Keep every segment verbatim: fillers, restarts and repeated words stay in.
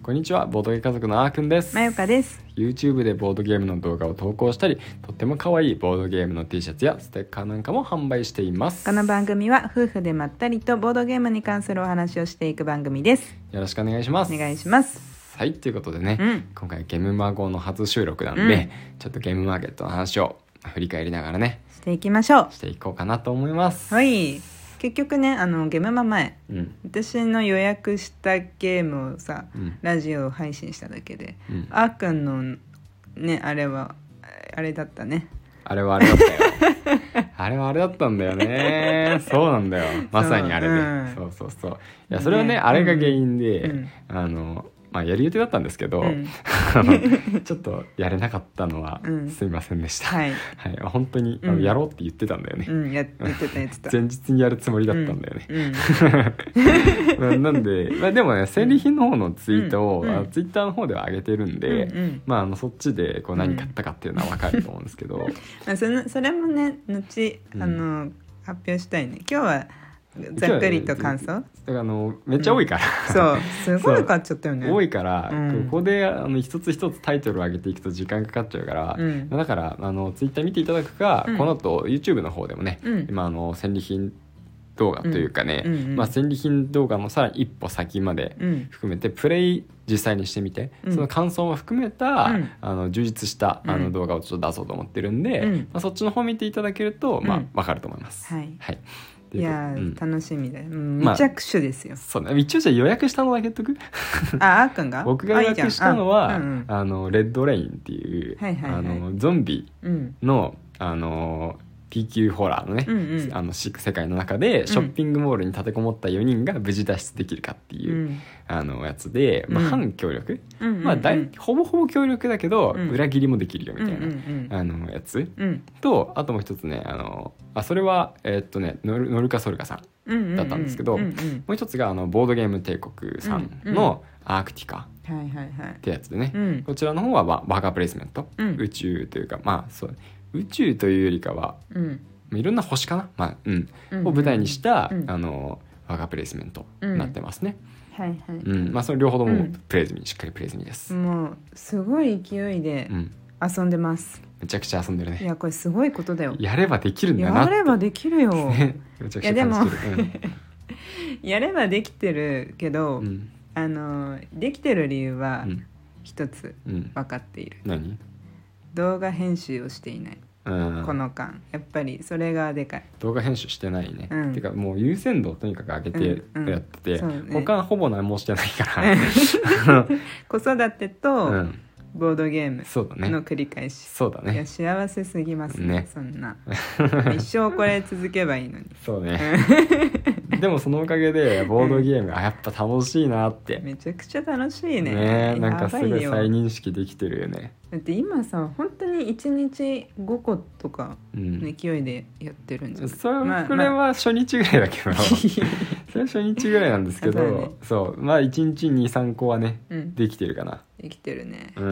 こんにちは、ボードゲー家族のあーくんです。 まゆかです。 YouTube でボードゲームの動画を投稿したり、とっても可愛いボードゲームの T シャツやステッカーなんかも販売しています。 この番組は夫婦でまったりとボードゲームに関するお話をしていく番組です。 よろしくお願いします。 お願いします。 はい、ということでね、 うん、 今回ゲームマゴの初収録なんで、うん、ちょっとゲームマーケットの話を振り返りながらねしていきましょうしていこうかなと思います。 はい、結局ね、あのゲームマ前、 うん、 私の予約したゲームをさ、うん、ラジオ配信しただけで、うん、あーくんのね、あれはあれだったね。 あれはあれだったよあれはあれだったんだよねそうなんだよ、まさにあれで、うん、そうそうそう。いや、それはね、ね、あれが原因で、うん、あのまあ、やる予定だったんですけど、うん、ちょっとやれなかったのはすいませんでした、うん、はい、はい、本当に、うん、やろうって言ってたんだよね、 うん、やってたやってた前日にやるつもりだったんだよね、うんうん、なんで、まあ、でもね、戦利品の方のツイートを、うん、あのツイッターの方では上げてるんで、うんうん、まあ、あのそっちでこう何買ったかっていうのは分かると思うんですけど、 まあ、そのそれもね、後あの、うん、発表したいね。今日はざっくりと感想。 あのめっちゃ多いから、 うん、そうすごい買っちゃったよね。 多いから、うん、ここであの一つ一つタイトルを上げていくと時間かかっちゃうから、うん、だからあのツイッター見ていただくか、うん、この後 YouTube の方でもね、うん、今あの戦利品動画というかね、うんうんうん、まあ、戦利品動画のさらに一歩先まで含めて、うん、プレイ実際にしてみて、うん、その感想も含めた、うん、あの充実したあの動画をちょっと出そうと思ってるんで、うん、まあ、そっちの方見ていただけると、まあ、分かると思います、 はい、 はい、 いや、うん、楽しみだよ。めちゃくちゃですよ、まあ、 そうね、一応じゃあ予約したのだけ言っとくあ、あーくんが僕が予約したのはあ、うんうん、あのレッドレインっていう、はいはいはい、あのゾンビの、うん、あのP 級ホラーのね、うんうん、あの世界の中でショッピングモールに立てこもったよにんが無事脱出できるかっていう、うん、あのやつで、まあ、半協力、うん、まあ、大ほぼほぼ協力だけど、うん、裏切りもできるよみたいな、うんうんうん、あのやつ、うん、と、あともう一つね、あのあそれは、えー、っとねノル、ノルカソルカさんだったんですけど、うんうんうん、もう一つがあのボードゲーム帝国さんのアークティカってやつでね、うん、こちらの方はワーカープレイスメント、うん、宇宙というか、まあそう宇宙というよりかは、うん、いろんな星かな、まあうんうん、を舞台にした、うん、あのワーカープレイスメントになってますね、うん、はいはい、うん、まあ、それ両方ともプレイ済み、うん、しっかりプレイ済みです。もうすごい勢いで遊んでます、 うん、めちゃくちゃ遊んでるね。 いや、これすごいことだよ。 やればできるんだなって。 やればできるよ、 ね、めちゃくちゃ感じてる。 いやでも、うん、やればできてるけど、うん、あのできてる理由は一つ分かっている、 うん、何？ 動画編集をしていない、うん、この間やっぱりそれがでかい。 動画編集してないね、うん、てかもう優先度をとにかく上げてやってて、うんうん、ね、他はほぼ何もしてないから子育てとボードゲームの繰り返し、 そうだね。 いや幸せすぎますね、 ね、 そんな一生これ続けばいいのにそうねでもそのおかげでボードゲームがやっぱ楽しいなって、 めちゃくちゃ楽しいね。 ね、なんかすごい再認識できてるよね。 だって今さ、本当にいちにちごことかの勢いでやってるんじゃない、うん、 それ、まあ、これは初日ぐらいだけど、まあ、それは初日ぐらいなんですけど、ね、そう、まあいちにちに、さんこはね、うん、できてるかな。 できてるね、 うん、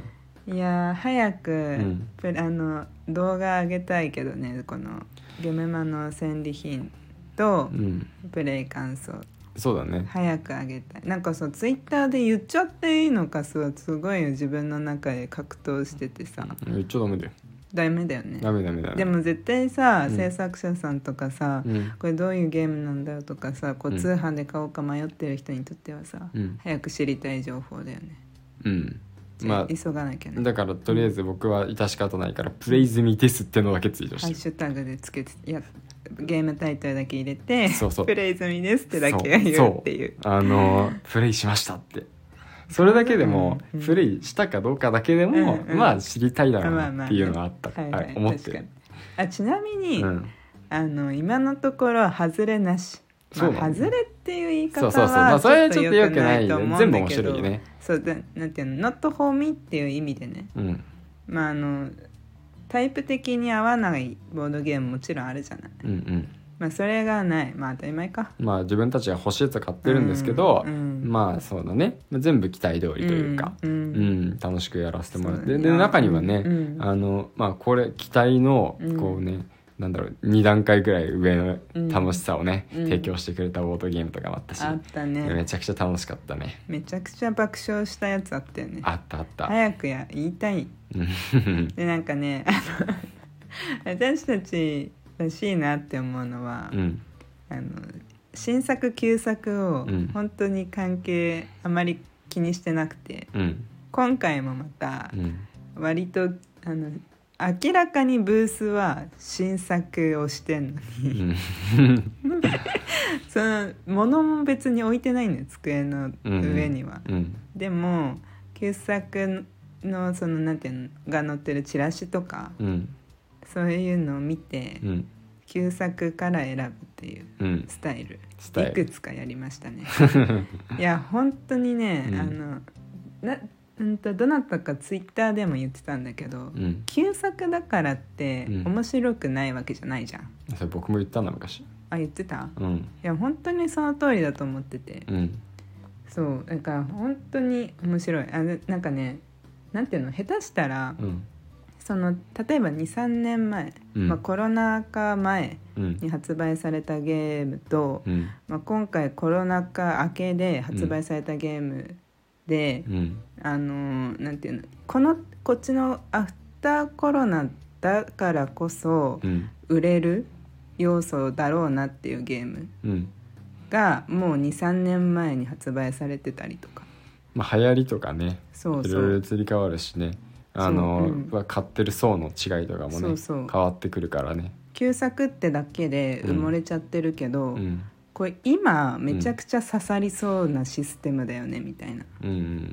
いや早く、うん、あの動画上げたいけどね、このゲメマの戦利品とプレイ感想、うん、 そうだね、 早く上げたい。なんかそうツイッターで言っちゃっていいのかさ、すごい自分の中で格闘しててさ、 言っちゃダメだよ。 ダメだよね。 ダメダメダメ。 でも絶対さ、 うん、 制作者さんとかさ、うん、これどういうゲームなんだよとかさ、こう通販で買おうか迷ってる人にとってはさ、うん、早く知りたい情報だよね。 うん、まあ、 急がなきゃね。 だからとりあえず僕は致し方ないから、うん、プレイ済みですってのだけツイートしてハッシュタグでつけて、いやゲームタイトルだけ入れて、 そうそう、 プレイ済みですってだけが言うっていう、 そうそう、あのプレイしましたってそれだけでも、うん、プレイしたかどうかだけでも、うんうん、まあ知りたいだろうなっていうのはあった、まあまあね、はいはい、思ってる。 あ、ちなみに、うん、あの今のところ外れなし、まあ、外れっていう言い方はそうそうそう、まあ、それはちょっと良くないと思うんだけど、全部面白いね。 そうだ、なんていうの、not for me っていう意味でね、うん、まああのタイプ的に合わないボードゲームもちろんあるじゃない、うんうん、まあそれがない、まあ当たり前か。 まあ自分たちが欲しいやつ買ってるんですけど、うんうん、まあそうだね、全部期待通りというか、うんうんうん、楽しくやらせてもらって、で中にはね、うん、あのまあこれ期待のこうね、 なんだろうに段階ぐらい上の楽しさをね、 うん、 提供してくれたボードゲームとかもあったし、 あったね。 めちゃくちゃ楽しかったね。 めちゃくちゃ爆笑したやつあったよね。 あったあった。 早くや言いたいでなんかねあの私たちらしいなって思うのは、うん、あの新作旧作を本当に関係あまり気にしてなくて、うん、今回もまた割とあの明らかにブースは新作をしてんのに、うん、その物も別に置いてないのよ机の上には、うんうん、でも旧作のそのなんていうのが載ってるチラシとか、うん、そういうのを見て、うん、旧作から選ぶっていうスタイル、うん、いくつかやりましたねいや本当にね、うん、あのなうんとどなたかツイッターでも言ってたんだけど、うん、旧作だからって面白くないわけじゃないじゃん、 うん、それ僕も言ったんだ昔。 あ言ってた、 うん、いや本当にその通りだと思ってて、うん、そうだから本当に面白い。あなんかねなんていうの下手したら、うん、その例えば にさんねんまえ、うんまあ、コロナ禍前に発売されたゲームと、うんまあ、今回コロナ禍明けで発売されたゲームで、うん、あのなんていうのこのこっちのアフターコロナだからこそ売れる要素だろうなっていうゲームがもう にさんねんまえに発売されてたりとか、 まあ、流行りとかねそうそういろいろ移り変わるしねあの、うん、買ってる層の違いとかもねそうそう変わってくるからね。 旧作ってだけで埋もれちゃってるけど、うん、これ今めちゃくちゃ刺さりそうなシステムだよねみたいな、うん、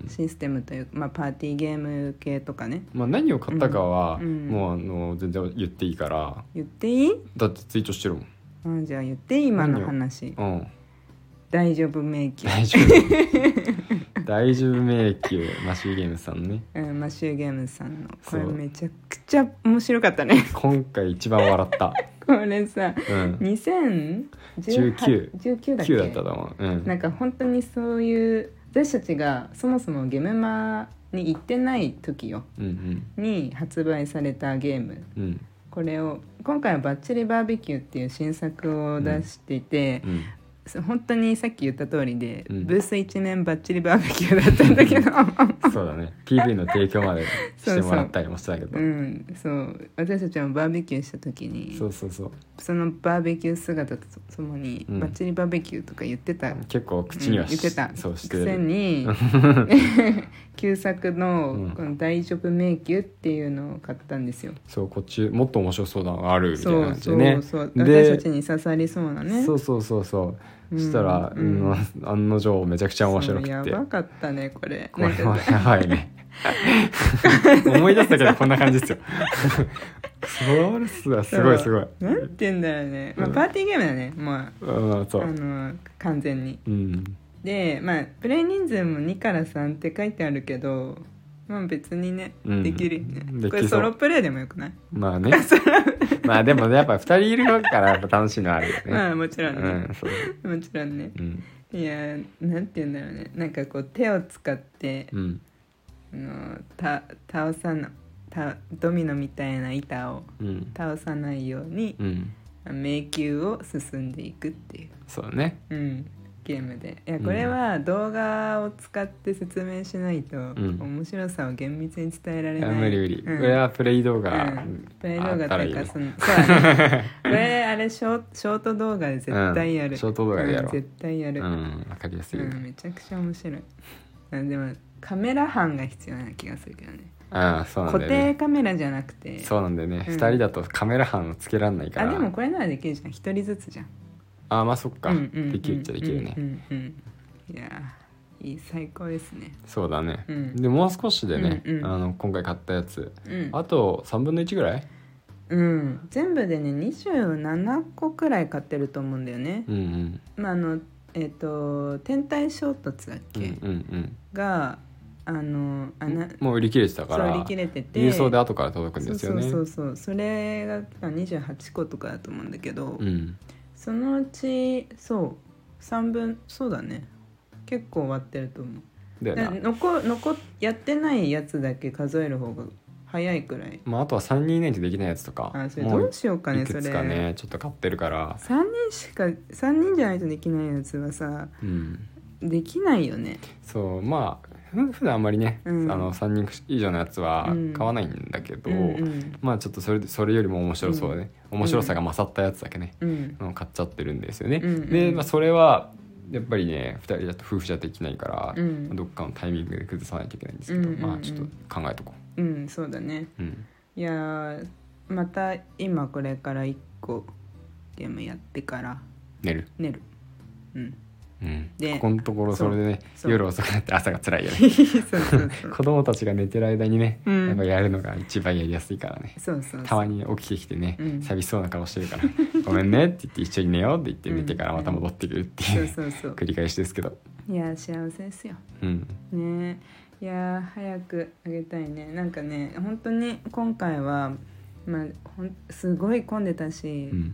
システムというか、まあ、パーティーゲーム系とかね、 まあ、何を買ったかは、うん、もうあの全然言っていいから。 言っていい？ だってツイートしてるもん。 あじゃあ言っていい今の話、うん、大丈夫迷宮大丈夫大丈夫迷宮マシューゲームさんね、 うん、マシューゲームさんのこれめちゃくちゃ面白かったね今回一番笑ったこれさ、うん、にせんじゅうきゅう じゅうきゅうだっけ？ きゅうだったと思う、うん、 なんか本当にそういう私たちがそもそもゲームマに行ってない時よ、うんうん、に発売されたゲーム、うん、これを今回はバッチリバーベキューっていう新作を出していて、うんうん本当にさっき言った通りで、うん、ブース一面バッチリバーベキューだったんだけどそうだね ピーブイ の提供までしてもらったりもしたけどそうそう、うん、そう私たちもバーベキューした時にそうそうそうそのバーベキュー姿とともに、うん、バッチリバーベキューとか言ってた結構口には、 うん、言ってたそうしてるくせに旧作のこの大丈夫迷宮っていうのを買ったんですよ。 そうこっちもっと面白そうなのがあるみたいな感じでねそうそうそう私たちに刺さりそうなねそうそうそうそうそしたら、うんうん、案の定めちゃくちゃ面白くてやばかったねこれこれはやばいね思い出したけどこんな感じですよそれすすごいすごいなんて言うんだろうね、まあ、パーティーゲームだね、まあ、 うん、そうあの完全に、うん、でまあプレイ人数もにからさんって書いてあるけどまあ別にね、うん、できるよねこれソロプレイでもよくない？ まあねまあでもねやっぱふたりいるからやっぱ楽しいのあるよねまあもちろんね、うん、そうもちろんね、うん、いやなんて言うんだろうねなんかこう手を使って、うん、あのた倒さなたドミノみたいな板を倒さないように、うん、迷宮を進んでいくっていうそうね、 うんゲームでいやこれは動画を使って説明しないと、うん、面白さを厳密に伝えられない。 無理無理、うん、これはプレイ動画、 うん、プレイ動画っていうかそのそうだねこれあれショショート動画で絶対やる、 うん、ショート動画でやろう、 うん、絶対やるうん、分かりやすい、 うん、めちゃくちゃ面白いでもカメラ班が必要な気がするけどねああそうなんだよね、 固定カメラじゃなくてそうなんだよね、うん、ふたりだとカメラ班をつけらんないからあでもこれならできるじゃんひとりずつじゃんあまあそっか、うんうんうん、できるっちゃできるね、 うんうんうんいやいい最高ですね。 そうだね、うん、でもう少しでね、うんうん、あの今回買ったやつ、うん、あとさんぶんのいちぐらい、 うん、全部でねにじゅうななこくらい買ってると思うんだよね、うんうんまああのえっ、ー、と天体衝突だっけ、うんうんうん、があのあなもう売り切れてたから売り切れてて郵送で後から届くんですよね。 そうそうそうそうそれがにじゅうはちことかだと思うんだけど、うん、そのうちそうさんぶんそうだね結構終わってると思う。で残残やってないやつだけ数える方が早いくらい、 まあ、あとはさんにん以内でできないやつとか、 あそれどうしようかね、 いくつかねちょっと買ってるから。 さんにんしかさんにんじゃないとできないやつはさ、うん、できないよね。 そうまあ普段あんまりね、うん、あのさんにん以上のやつは買わないんだけど、うんうん、まあちょっとそれそれよりも面白そうでね、うん、面白さが勝ったやつだけね、うん、買っちゃってるんですよね、うんうん、で、まあ、それはやっぱりねふたりだと夫婦じゃできないから、うん、どっかのタイミングで崩さないといけないんですけど、うんうんうん、まあちょっと考えとこう。うんそうだね、うん、いやまた今これからいっこゲームやってから寝る寝るうんうん、でここのところそれでね夜遅くなって朝が辛いよねそうそうそう子供たちが寝てる間にね、うん、やっぱやるのが一番やりやすいからね。そうそうそうたまに起きてきてね、うん、寂しそうな顔してるからごめんねって言って一緒に寝ようって言って寝てからまた戻ってくるっていう、うん、そうそうそう繰り返しですけど、 いや幸せですよ、うん、ねいや早くあげたいね。なんかね本当に今回はまあ、ほんすごい混んでたし、うん、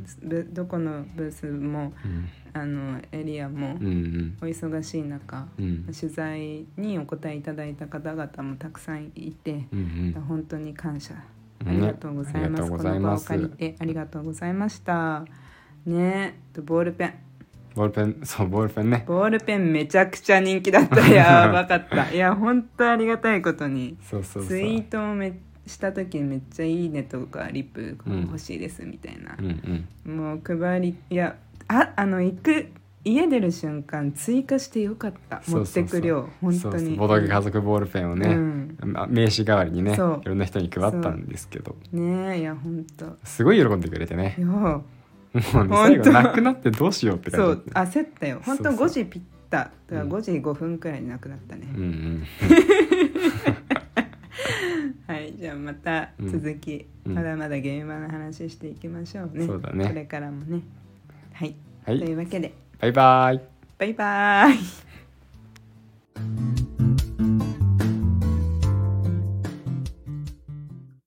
どこのブースも、うん、あのエリアもお忙しい中、うん、取材にお答えいただいた方々もたくさんいて、うんうん、本当に感謝ありがとうございます、うん、この場を借りてありがとうございましたね。ボールペンボールペンそうボールペンねボールペンめちゃくちゃ人気だった。やばかったいや本当ありがたいことにそうそうそうツイートもめっした時めっちゃいいねとかリップ欲しいですみたいな、うんうん、もう配りいやああの行く家出る瞬間追加してよかった。持ってく量本当にそうそうボドゲ家族ボールペンをね、うん、名刺代わりにねいろんな人に配ったんですけどねえいや本当すごい喜んでくれてね。いやもうね最後なくなってどうしようって感じだった。 そう焦ったよ本当ごじぴっただからごじごふんくらいになくなったね、うんうんうんはいじゃあまた続き、うん、まだまだゲームの話していきましょうね。そうだねこれからもねはい、はい、というわけでバイバイバイバイ